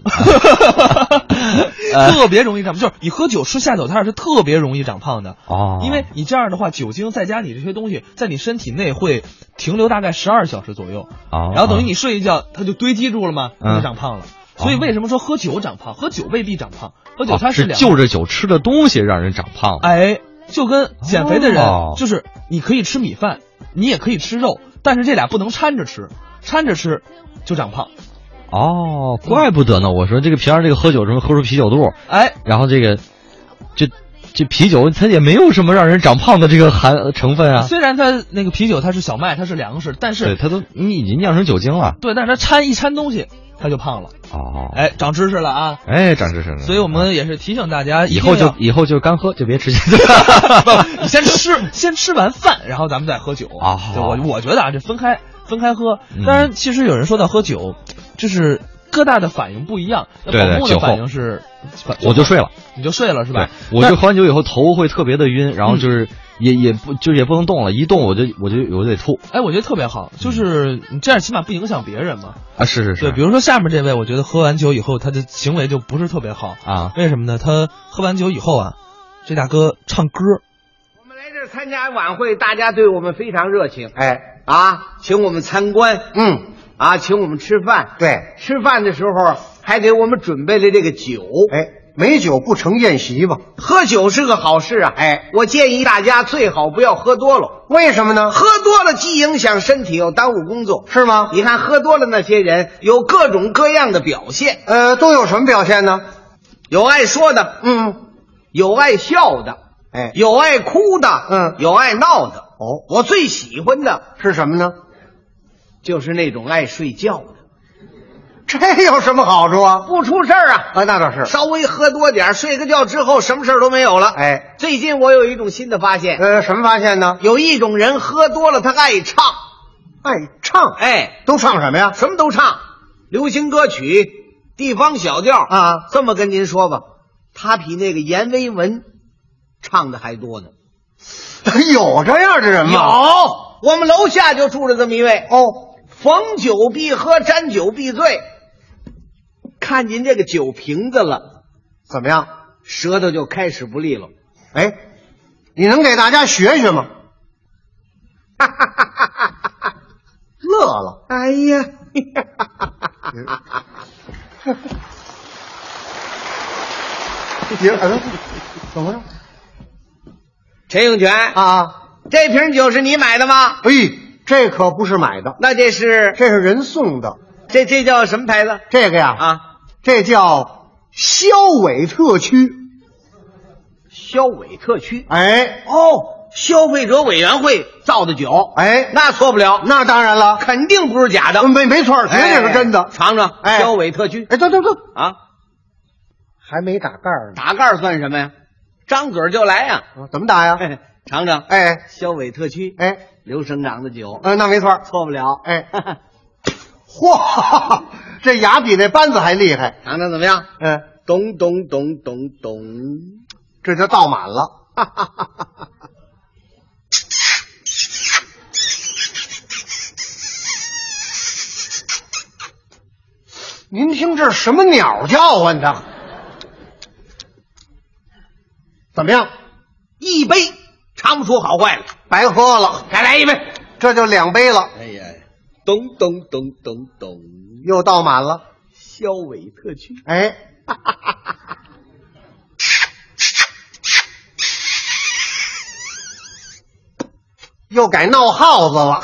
Speaker 1: 特别容易长胖，就是你喝酒吃下酒菜是特别容易长胖的
Speaker 2: 哦，
Speaker 1: 因为你这样的话，酒精再加你这些东西，在你身体内会停留大概十二小时左右
Speaker 2: 哦，
Speaker 1: 然后等于你睡一觉，它就堆积住了嘛，
Speaker 2: 嗯、
Speaker 1: 就长胖了。所以为什么说喝酒长胖？喝酒未必长胖，喝酒它
Speaker 2: 是
Speaker 1: 两、
Speaker 2: 哦、就着酒吃的东西让人长胖。
Speaker 1: 哎，就跟减肥的人，
Speaker 2: 哦、
Speaker 1: 就是你可以吃米饭，你也可以吃肉，但是这俩不能掺着吃，掺着吃就长胖。
Speaker 2: 哦，怪不得呢！我说这个平常这个喝酒什么喝出啤酒肚，
Speaker 1: 哎，
Speaker 2: 然后这个就这啤酒它也没有什么让人长胖的这个含成分啊。
Speaker 1: 虽然它那个啤酒它是小麦，它是粮食，但是
Speaker 2: 对它都你已经酿成酒精了。
Speaker 1: 对，但是它掺一掺东西他就胖了。
Speaker 2: 哦，
Speaker 1: 哎，长知识了啊！
Speaker 2: 哎，长知识了。
Speaker 1: 所以我们也是提醒大家，
Speaker 2: 以后就以后就干喝，就别吃酒。
Speaker 1: 你先吃，先吃完饭，然后咱们再喝酒
Speaker 2: 啊。
Speaker 1: 对，我我觉得啊，这分开分开喝。当然，其实有人说到喝酒，就是各大的反应不一样。
Speaker 2: 对对，
Speaker 1: 宝木的反应是，
Speaker 2: 我就睡了，
Speaker 1: 你就睡了是吧？
Speaker 2: 我就喝完酒以后头会特别的晕，然后就是也也不就是也不能动了，一动我就我就我就得吐。
Speaker 1: 哎，我觉得特别好，就是你这样起码不影响别人嘛。
Speaker 2: 啊，是是是。
Speaker 1: 对，比如说下面这位，我觉得喝完酒以后他的行为就不是特别好
Speaker 2: 啊。
Speaker 1: 为什么呢？他喝完酒以后啊，这大哥唱歌。
Speaker 5: 我们来这儿参加晚会，大家对我们非常热情。哎啊，请我们参观。嗯。啊，请我们吃饭。对，吃饭的时候还给我们准备了这个酒。哎，没酒不成宴席嘛。喝酒是个好事啊。哎，我建议大家最好不要喝多了。为什么呢？喝多了既影响身体，又耽误工作，是吗？你看喝多了那些人有各种各样的表现。呃，都有什么表现呢？有爱说的，嗯，有爱笑的，哎，有爱哭的，嗯，有爱闹的。哦，我最喜欢的是什么呢？就是那种爱睡觉的。这有什么好处啊？不出事儿啊！啊，那倒是。稍微喝多点，睡个觉之后，什么事儿都没有了。哎，最近我有一种新的发现。呃，什么发现呢？有一种人喝多了，他爱唱。爱唱？哎，都唱什么呀？什么都唱，流行歌曲、地方小调啊。这么跟您说吧，他比那个阎维文唱的还多呢。有这样的人吗？有，我们楼下就住着这么一位。哦，逢酒必喝，沾酒必醉。看见这个酒瓶子了，怎么样？舌头就开始不利落。哎，你能给大家学学吗？哈哈哈哈哈！乐了。哎呀，怎么了？陈永全啊，这瓶酒是你买的吗？哎，这可不是买的，那这是这是人送的。这这叫什么牌子？这个呀啊，这叫肖伟特区。肖伟特区？哎，哦，消费者委员会造的酒。哎，那错不了，那当然了，肯定不是假的。没没错，绝对是真的。哎、尝尝，哎，肖伟特区。哎，走走走啊，还没打盖呢。打盖算什么呀？张嘴就来呀、啊！怎么打呀？尝尝，哎，肖伟特区，哎，刘省长的酒，嗯、呃，那没错，错不了，哎，嚯，这牙比那扳子还厉害，尝尝怎么样？嗯，咚咚咚咚咚，这就倒满了，哈哈哈哈哈。您听这什么鸟叫唤的？怎么样？一杯尝不出好坏了，白喝了，再来一杯，这就两杯了。哎呀，咚咚咚咚咚，又倒满了。肖伟特区，哎，哈哈哈哈又改闹耗子了。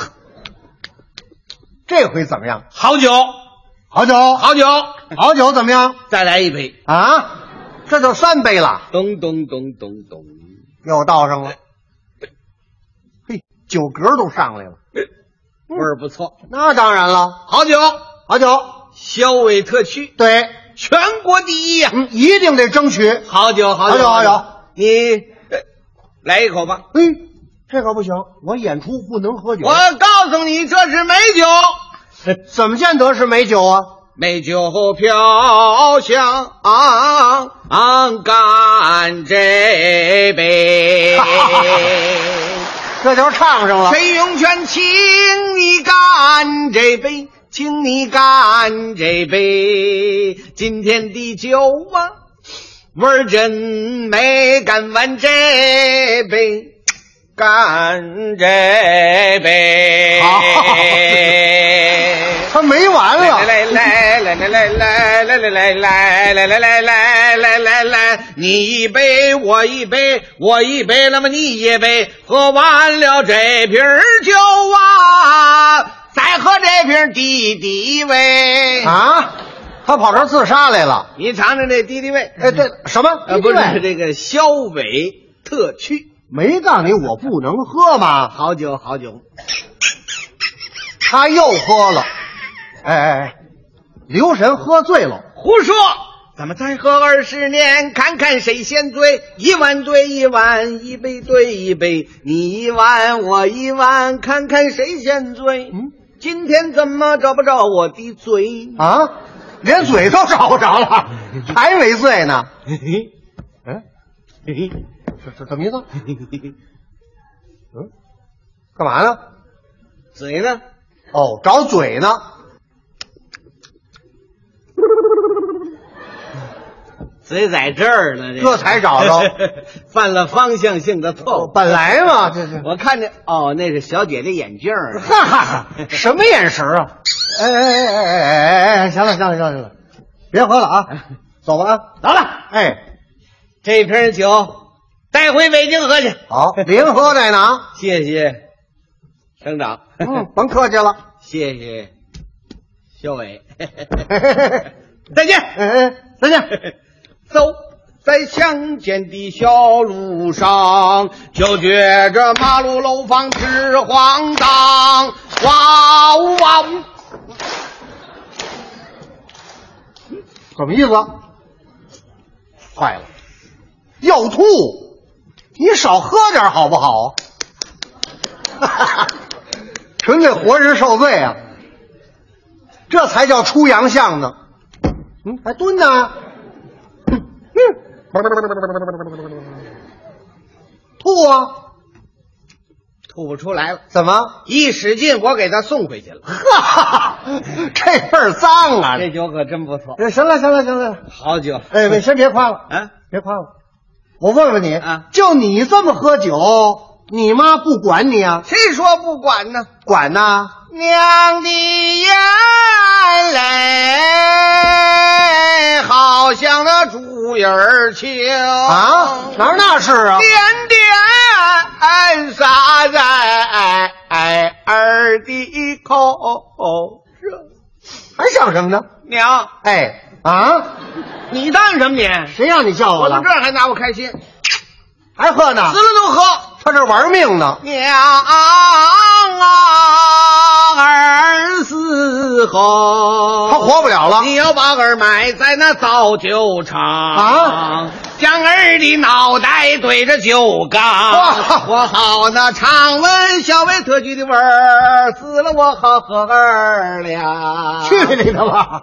Speaker 5: 这回怎么样？好酒，好酒，好酒，好酒，怎么样？再来一杯啊！这就三杯了，咚咚咚咚咚，又倒上了。嘿，酒格都上来了，味儿不错。那当然了，好酒，好酒，肖伟特区，对，全国第一呀、啊，嗯，一定得争取。好酒，好酒，好酒，好酒，你来一口吧。哎，这可不行，我演出不能喝酒。我告诉你，这是美酒。怎么见得是美酒啊？美酒飘香干这杯，这就唱上了。陈永全，请你干这杯，请你干这杯，今天的酒啊，味儿真美，干完这杯，干这杯。好，他没完了。来来来来来来来来来来来来来来来来来，你一杯我一杯我一杯，那么你一杯，喝完了这瓶酒啊，再喝这瓶敌敌畏啊！他跑这儿自杀来了。你尝尝这敌敌畏。哎，对，什么？呃，不是这个肖伟特区。没告诉你我不能喝吗？好酒好酒。他又喝了。哎哎哎， 留神喝醉了。
Speaker 6: 胡说！咱们再喝二十年，看看谁先醉。一碗对一碗，一杯对一杯，你一碗我一碗，看看谁先醉。嗯，今天怎么找不着我的嘴
Speaker 5: 啊？连嘴都找不着了，还没醉呢。哎，这这什么意思？嗯，干嘛呢？
Speaker 6: 嘴呢？
Speaker 5: 哦，找嘴呢。
Speaker 6: 嘴在这儿呢，
Speaker 5: 这才找着，
Speaker 6: 犯了方向性的错误。
Speaker 5: 本来嘛，这是
Speaker 6: 我看见哦，那是小姐的眼镜儿。
Speaker 5: 哈哈，什么眼神啊？哎哎哎哎哎哎哎，行了行了行了行了，别喝了啊，走吧啊，
Speaker 6: 走了。
Speaker 5: 哎，
Speaker 6: 这瓶酒带回北京喝去。
Speaker 5: 好，零喝在哪？
Speaker 6: 谢谢省长。
Speaker 5: 嗯，甭客气了。
Speaker 6: 谢谢小伟。再见。
Speaker 5: 哎哎，再见。
Speaker 6: 走在乡间的小路上，就觉着马路楼房直晃荡，哇呜哇呜！
Speaker 5: 什么意思？坏了，要吐！你少喝点好不好？纯粹活人受罪啊！这才叫出洋相呢。嗯，还蹲呢。吐啊！
Speaker 6: 吐不出来了。
Speaker 5: 怎么？
Speaker 6: 一使劲，我给他送回去了。
Speaker 5: 哈，这份儿脏啊！
Speaker 6: 这酒可真不错。
Speaker 5: 行了，行了，行了，
Speaker 6: 好酒。
Speaker 5: 哎，喂，先别夸了
Speaker 6: 啊，
Speaker 5: 别夸了。我问问你
Speaker 6: 啊，
Speaker 5: 就你这么喝酒，你妈不管你啊？
Speaker 6: 谁说不管呢？
Speaker 5: 管呐！
Speaker 6: 娘的眼泪好像那猪眼儿青
Speaker 5: 啊，哪儿那是啊？
Speaker 6: 点点洒在儿的口上，
Speaker 5: 还想什么呢？
Speaker 6: 娘，
Speaker 5: 哎啊，
Speaker 6: 你当什么你？
Speaker 5: 谁让你叫我了？
Speaker 6: 我到这儿还拿我开心，
Speaker 5: 还喝呢？
Speaker 6: 死了都喝，
Speaker 5: 他这玩命呢。
Speaker 6: 娘啊，儿死后
Speaker 5: 他活不了了。
Speaker 6: 你要把儿埋在那造酒厂
Speaker 5: 啊，
Speaker 6: 将儿的脑袋对着酒缸，我好那常闻小伟特具的味儿，死了我好喝儿了。
Speaker 5: 去你的吧！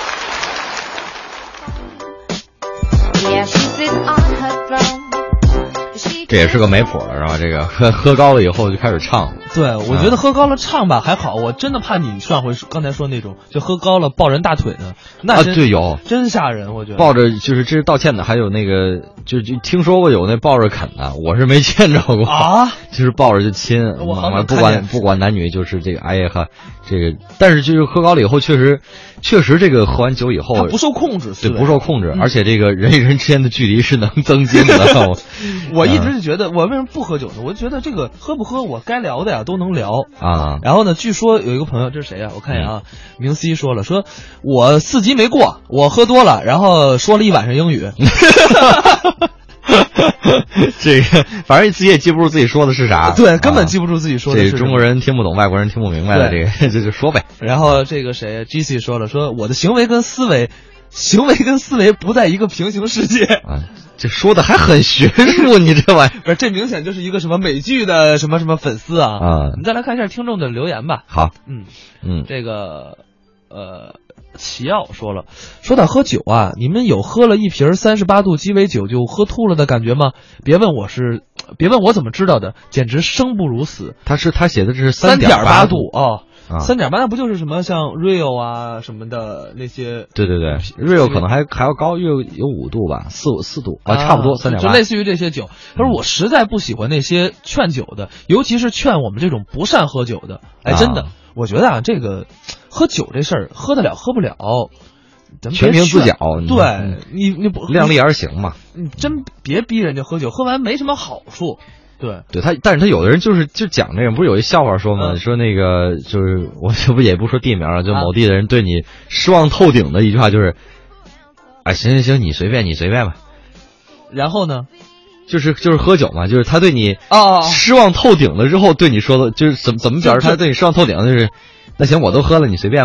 Speaker 2: 这也是个没谱了，是吧？这个喝喝高了以后就开始唱。
Speaker 1: 对，我觉得喝高了唱吧还好，我真的怕你上回刚才说那种，就喝高了抱人大腿的，那
Speaker 2: 啊，对，有
Speaker 1: 真吓人，我觉得
Speaker 2: 抱着就是这是道歉的，还有那个就就听说过有那抱着啃的，我是没见着过
Speaker 1: 啊，
Speaker 2: 就是抱着就亲，
Speaker 1: 我好像
Speaker 2: 不管不管男女，就是这个哎呀哈，这个但是就是喝高了以后，确实确实这个喝完酒以后
Speaker 1: 他不受控制，
Speaker 2: 对，不受控制，嗯、而且这个人与人之间的距离是能增进的。我,
Speaker 1: 我一直是觉得，我为什么不喝酒呢？我就觉得这个喝不喝，我该聊的呀都能聊
Speaker 2: 啊。
Speaker 1: 然后呢，据说有一个朋友，这是谁啊？我看一眼啊，嗯、明熙说了，说我四级没过，我喝多了，然后说了一晚上英语。
Speaker 2: 这个反正自己也记不住自己说的是啥，
Speaker 1: 对，根本记不住自己说的是什么。
Speaker 2: 这中国人听不懂，外国人听不明白的，这个这就说呗。
Speaker 1: 然后这个谁 G C 说了，说我的行为跟思维，行为跟思维不在一个平行世界
Speaker 2: 啊。这说的还很学术，你这玩意儿
Speaker 1: 不是？这明显就是一个什么美剧的什么什么粉丝啊！
Speaker 2: 啊，
Speaker 1: 你再来看一下听众的留言吧。
Speaker 2: 好，
Speaker 1: 嗯
Speaker 2: 嗯，
Speaker 1: 这个呃，齐奥说了，说到喝酒啊，你们有喝了一瓶三十八度鸡尾酒就喝吐了的感觉吗？别问我是，别问我怎么知道的，简直生不如死。
Speaker 2: 他是他写的这是
Speaker 1: 三点
Speaker 2: 八
Speaker 1: 度哦。
Speaker 2: 啊，
Speaker 1: 三点八那不就是什么像 Rio 啊什么的那些？
Speaker 2: 对对对 ，Rio 可能还还要高，Rio有五度吧，四五四度啊，差不多三点八，
Speaker 1: 就类似于这些酒。他说我实在不喜欢那些劝酒的，尤其是劝我们这种不善喝酒的。哎，真的，
Speaker 2: 啊、
Speaker 1: 我觉得啊，这个喝酒这事儿，喝得了喝不了，
Speaker 2: 全凭自脚。
Speaker 1: 对、嗯、你你不
Speaker 2: 量力而行嘛，
Speaker 1: 你真别逼人家喝酒，喝完没什么好处。对
Speaker 2: 对，他但是他有的人就是就讲这个，不是有一笑话说吗？嗯、说那个就是我这不也不说地名了，就某地的人对你失望透顶的一句话就是，哎，行行行，你随便你随便吧。
Speaker 1: 然后呢，
Speaker 2: 就是就是喝酒嘛，就是他对你
Speaker 1: 啊
Speaker 2: 失望透顶了之后对你说的，就是怎么怎么表示他对你失望透顶，就是那行我都喝了，你随便吧。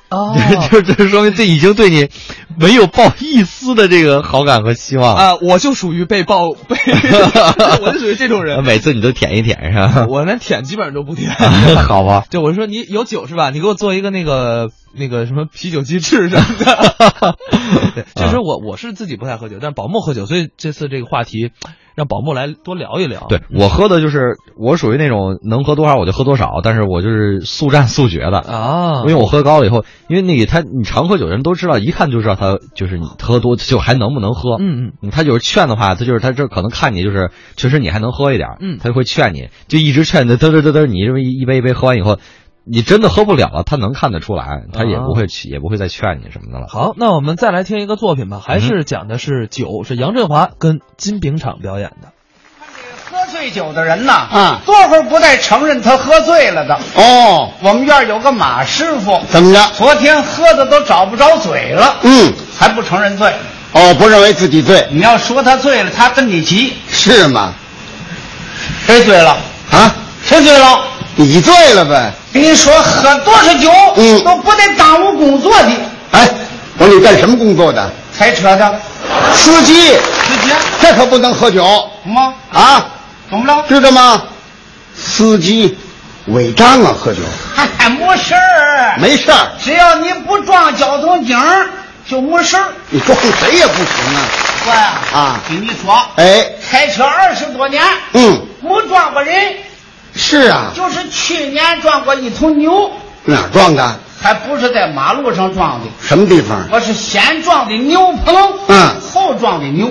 Speaker 1: 哦，
Speaker 2: 就这说明对已经对你没有抱一丝的这个好感和希望
Speaker 1: 啊！我就属于被抱被，我就属于这种人。
Speaker 2: 每次你都舔一舔是吧？
Speaker 1: 我连舔基本上都不舔。
Speaker 2: 好吧，
Speaker 1: 就我说你有酒是吧？你给我做一个那个那个什么啤酒鸡翅什么的。对，确实我我是自己不太喝酒，但是宝木喝酒，所以这次这个话题让宝木来多聊一聊。
Speaker 2: 对，我喝的就是我属于那种能喝多少我就喝多少，但是我就是速战速决的
Speaker 1: 啊。
Speaker 2: 因为我喝高了以后，因为那个他你常喝酒的人都知道，一看就知道他就是你喝多就还能不能喝。
Speaker 1: 嗯嗯，
Speaker 2: 他就是劝的话，他就是他这可能看你就是确实你还能喝一点，
Speaker 1: 嗯，
Speaker 2: 他就会劝你，就一直劝你，嘚嘚嘚嘚，你这么一杯一杯喝完以后。你真的喝不了了，他能看得出来，他也不会、啊、也不会再劝你什么的了。
Speaker 1: 好，那我们再来听一个作品吧，还是讲的是酒，嗯、是杨振华跟金炳昶表演的。
Speaker 6: 喝醉酒的人呐，啊，多会儿不带承认他喝醉了的。哦，我们院有个马师傅，怎么着？昨天喝的都找不着嘴了，嗯，还不承认醉。哦，不认为自己醉。你要说他醉了，他跟你急。是吗？谁醉了？啊？谁醉了？你醉了呗！跟你说，喝多少酒，嗯，都不得耽误工作的。哎，我说你干什么工作的？开车的，司机。司机，这可不能喝酒。怎么？啊？怎么了？知道吗？司机违章啊，喝酒。还没事儿，没事儿，只要你不撞交通警就没事儿。你撞谁也不行啊！我呀，啊，跟你说，哎，开车二十多年，嗯，没撞过人。是啊，就是去年撞过一头牛。哪儿撞的？还不是在马路上撞的。什么地方？我是先撞的牛棚，嗯，后撞的牛。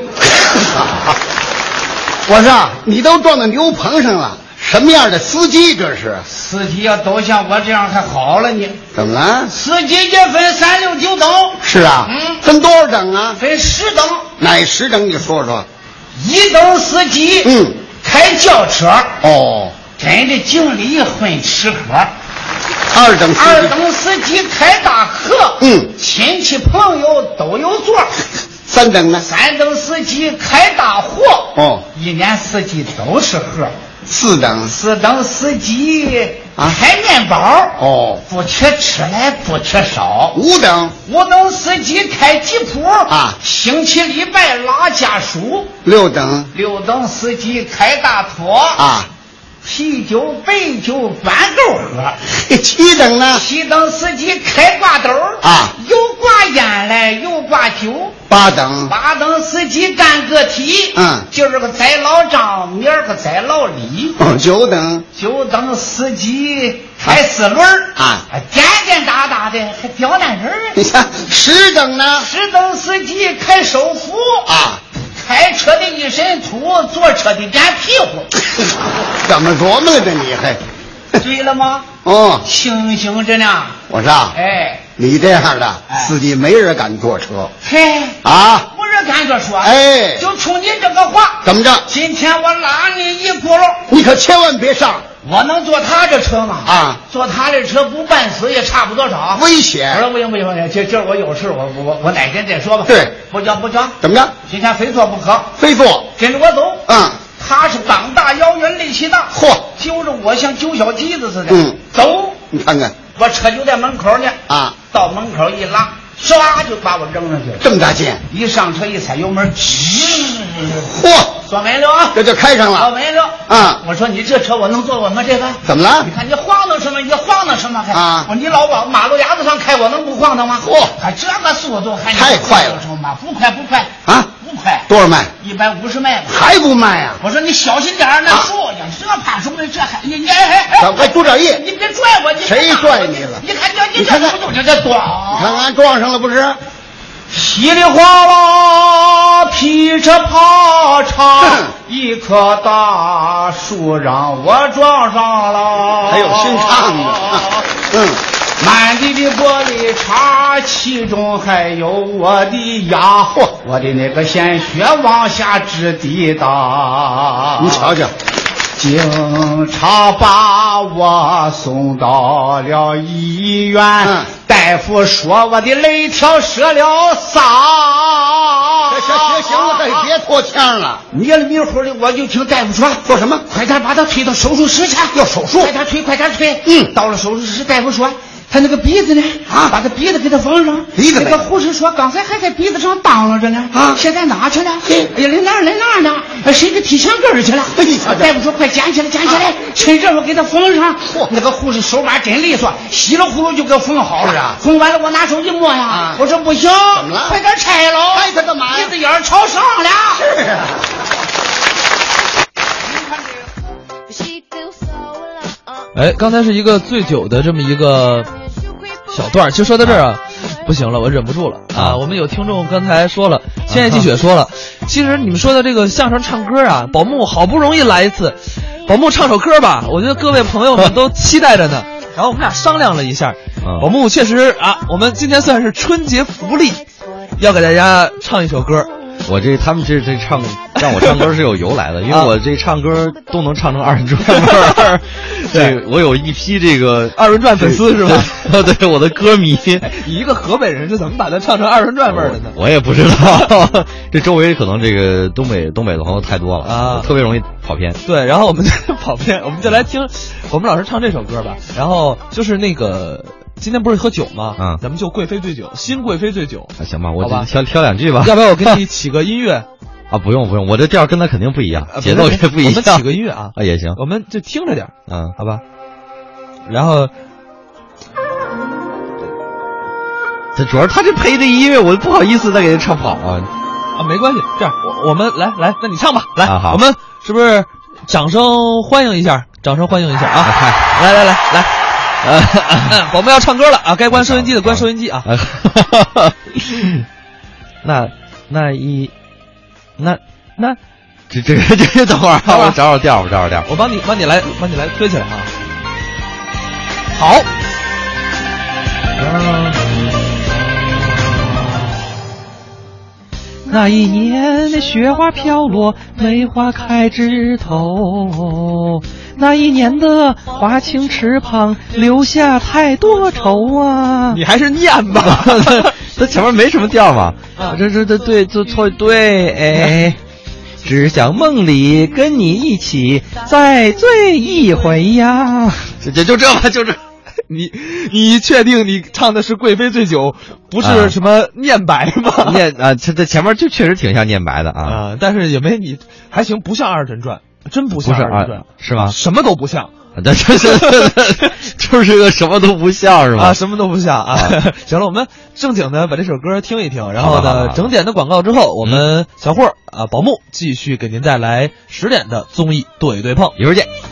Speaker 6: 我说你都撞到牛棚上了，什么样的司机这是？司机要都像我这样还好了呢。怎么了？司机也分三六九等。是啊，嗯，分多少等啊？分十等。哪十等？你说说。一等司机，嗯，开轿车。哦。跟着经理混吃喝。二等司机二等司机开大客，嗯，亲戚朋友都有座。三等呢？三等司机开大货，哦，一年四季都是喝。四等四等司机啊开面包，哦，不缺吃来不缺少。五等五等司机开吉普啊，星期礼拜拉家属。六等六等司机开大拖啊，啤酒白酒管够喝。七等呢？七等司机开挂兜啊，有挂烟来有挂酒。八等八等司机干个体，嗯，今儿个宰老张，明儿个宰老李。哦，九等九等司机开四轮啊，颠颠打打的还刁难人。你看十等呢？十等司机开手扶啊，开车的一身土，坐车的干屁股。怎么琢磨了的你还？对了吗？哦，清醒着呢。我说，哎，你这样的司机没人敢坐车。嘿，啊，没人敢这说。哎，就冲你这个话，怎么着？今天我拉你一轱辘，你可千万别上。我能坐他这车吗？啊，坐他这车不半死也差不多少。危险！我说不行不行不行，今今儿我有事，我我我哪天再说吧。对，不讲不讲。怎么着？今天非坐不可。非坐，跟着我走。嗯。他是膀大腰圆力气大，嚯，揪着我像揪小鸡子似的。嗯，走，你看看，我车就在门口呢。啊，到门口一拉，唰就把我扔上去了。这么大劲！一上车一踩油门，吱，嚯，锁没了啊！这就开上了。锁没了啊！我说你这车我能坐我吗？这个怎么了？你看你晃荡什么？你晃荡什么？还啊！我你老往马路牙子上开，我能不晃荡吗？嚯，还这个速度还太快了！不快不快啊！不快，多少迈？一百五十迈，还不迈啊！我说你小心点那树呀，这怕什么？这还你你哎哎，快多点意！你别拽我！你谁拽你了？你看这你看看，这这撞！你看看撞上了不是？稀里哗啦，噼里啪嚓，一棵大树让我撞上了。还有新唱的，嗯。满地的玻璃碴，其中还有我的牙，嚯，我的那个鲜血往下直滴答。你瞧瞧，警察把我送到了医院，嗯、大夫说我的肋条折了仨。行行行了，别拖腔了。迷了迷糊的，我就听大夫说，说什么？快点把他推到手术室去。要手术？快点推，快点推。嗯，到了手术室，大夫说。他
Speaker 5: 还那个鼻子呢？啊，把这鼻子给他缝上。
Speaker 6: 鼻子
Speaker 5: 那个护士说，刚才还在鼻子上当啷着呢。
Speaker 6: 啊，
Speaker 5: 现在哪去了？哎呀，来哪儿来哪儿呢？谁给踢墙根儿去了？
Speaker 6: 哎呀，
Speaker 5: 大夫说快捡起来，捡起来，趁热我给他缝上。那个护士手把真利索，稀里糊涂就给缝好了。
Speaker 6: 是啊，
Speaker 5: 缝完了我拿手一摸呀，啊、我说不行，
Speaker 6: 怎么了？
Speaker 5: 快点拆喽！
Speaker 6: 拆它干嘛呀？
Speaker 5: 鼻子眼儿朝上了。
Speaker 6: 是啊。
Speaker 1: 哎，刚才是一个醉酒的这么一个小段，就说到这儿啊，不行了，我忍不住了啊！我们有听众刚才说了，千叶继雪说了，其实你们说的这个相声唱歌啊，宝木好不容易来一次，宝木唱首歌吧，我觉得各位朋友们都期待着呢。然后我们俩商量了一下，宝木确实啊，我们今天算是春节福利，要给大家唱一首歌。
Speaker 2: 我这他们这这唱让我唱歌是有由来的，因为我这唱歌都能唱成二人转味儿。对，我有一批这个
Speaker 1: 二人转粉丝是吧？
Speaker 2: 对，我的歌迷。
Speaker 1: 你一个河北人，这怎么把它唱成二人转味儿的呢？
Speaker 2: 我也不知道，这周围可能这个东北东北的朋友太多了
Speaker 1: 啊，
Speaker 2: 特别容易跑偏。
Speaker 1: 对，然后我们就跑偏，我们就来听我们老师唱这首歌吧。然后就是那个。今天不是喝酒吗？
Speaker 2: 嗯，
Speaker 1: 咱们就贵妃醉酒，新贵妃醉酒。
Speaker 2: 啊、行吧，我就挑挑两句吧。
Speaker 1: 要不要我给你起个音乐？
Speaker 2: 啊，不用不用，我这调跟他肯定不一样，节奏也不一样。
Speaker 1: 我们起个音乐啊，
Speaker 2: 啊也行，
Speaker 1: 我们就听着点，
Speaker 2: 嗯，
Speaker 1: 好吧。然后，
Speaker 2: 这主要是他这配的音乐，我不好意思再给他唱跑啊。
Speaker 1: 啊，没关系，这样我我们来来，那你唱吧，来，
Speaker 2: 啊、好，
Speaker 1: 我们是不是掌声欢迎一下？掌声欢迎一下啊！来来来来。呃，我们要唱歌了啊！该关收音机的关收音机啊！
Speaker 2: 那那一那那这这这这等会儿啊，我找找调，我找找调，
Speaker 1: 我帮你帮你来帮你来推起来啊！好。那一年那雪花飘落，梅花开枝头。那一年的花青池旁留下太多愁啊！你还是念吧，
Speaker 2: 它前面没什么调嘛。啊，这这这对就错对哎，只想梦里跟你一起再醉一回呀！这这就这吧，就这。
Speaker 1: 你你确定你唱的是贵妃醉酒，不是什么念白吗？
Speaker 2: 啊、念啊，这这前面就确实挺像念白的啊，
Speaker 1: 啊但是也没你还行，不像二人转。真不像二人转，
Speaker 2: 是吗？
Speaker 1: 什么都不像，
Speaker 2: 这这这就是个什么都不像是吧？
Speaker 1: 啊，什么都不像啊！行了，我们正经的把这首歌听一听，然后呢，整点的广告之后，我们小霍啊宝木继续给您带来十点的综艺对对碰，
Speaker 2: 一会儿见。